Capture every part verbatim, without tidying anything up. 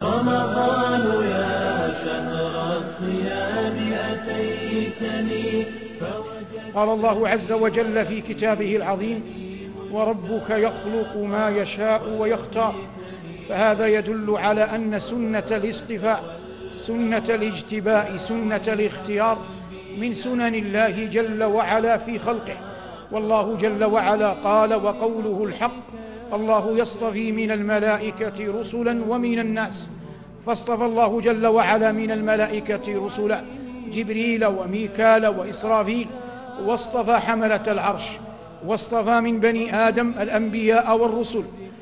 رمضان يا شهر الصيام أتيتني. قال الله عز وجل في كتابه العظيم: وربك يخلق ما يشاء ويختار. فهذا يدل على أن سنة الاصطفاء، سنة الاجتباء، سنة الاختيار من سنن الله جل وعلا في خلقه. والله جل وعلا قال: وقوله الحق، الله يصطفي من الملائكة رسلا ومن الناس. فاصطفى الله جل وعلا من الملائكة رسلا جبريل وميكال وإسرافيل، واصطفى حملة العرش، واصطفى من بني آدم الأنبياء والرسل،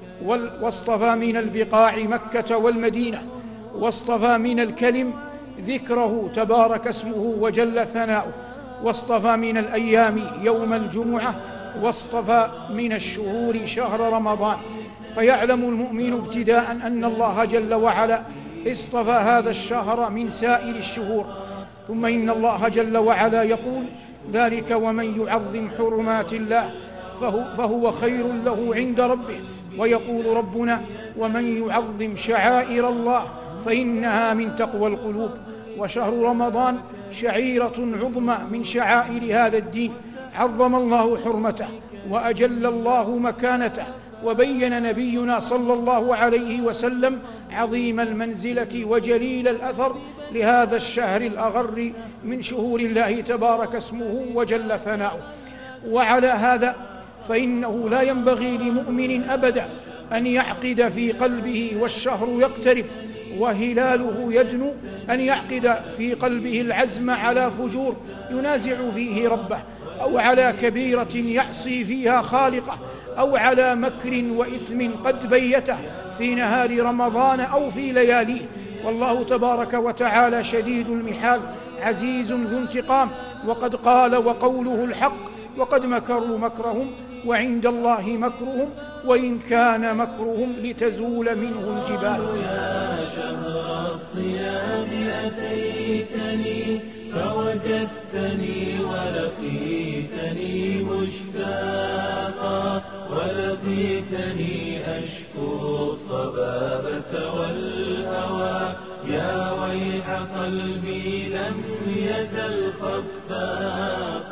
واصطفى من البقاع مكة والمدينة، واصطفى من الكلم ذكره تبارك اسمه وجل ثناؤه، واصطفى من الأيام يوم الجمعة، واصطفى من الشهور شهر رمضان. فيعلم المؤمن ابتداء أن الله جل وعلا اصطفى هذا الشهر من سائر الشهور. ثم إن الله جل وعلا يقول: ذلك ومن يعظم حرمات الله فهو, فهو خير له عند ربه. ويقول ربنا: ومن يعظم شعائر الله فإنها من تقوى القلوب. وشهر رمضان شعيرة عظمى من شعائر هذا الدين، عظم الله حرمته وأجل الله مكانته، وبين نبينا صلى الله عليه وسلم عظيم المنزلة وجليل الأثر لهذا الشهر الأغر من شهور الله تبارك اسمه وجل ثناؤه. وعلى هذا فإنه لا ينبغي لمؤمن أبدا أن يعقد في قلبه والشهر يقترب وهلاله يدنو أن يعقد في قلبه العزم على فجور ينازع فيه ربه، أو على كبيرة يعصي فيها خالقه، أو على مكر وإثم قد بيته في نهار رمضان أو في لياليه. والله تبارك وتعالى شديد المحال، عزيز ذو انتقام، وقد قال: وقوله الحق، وقد مكروا مكرهم وعند الله مكرهم وإن كان مكرهم لتزول منه الجبال. يا شهر الصيام أتيتني فوجدتني ولقيتني مشتاقا، ولقيتني أشكو الصبابة والهوى. يا ويح قلبي لم يزل خفاقا.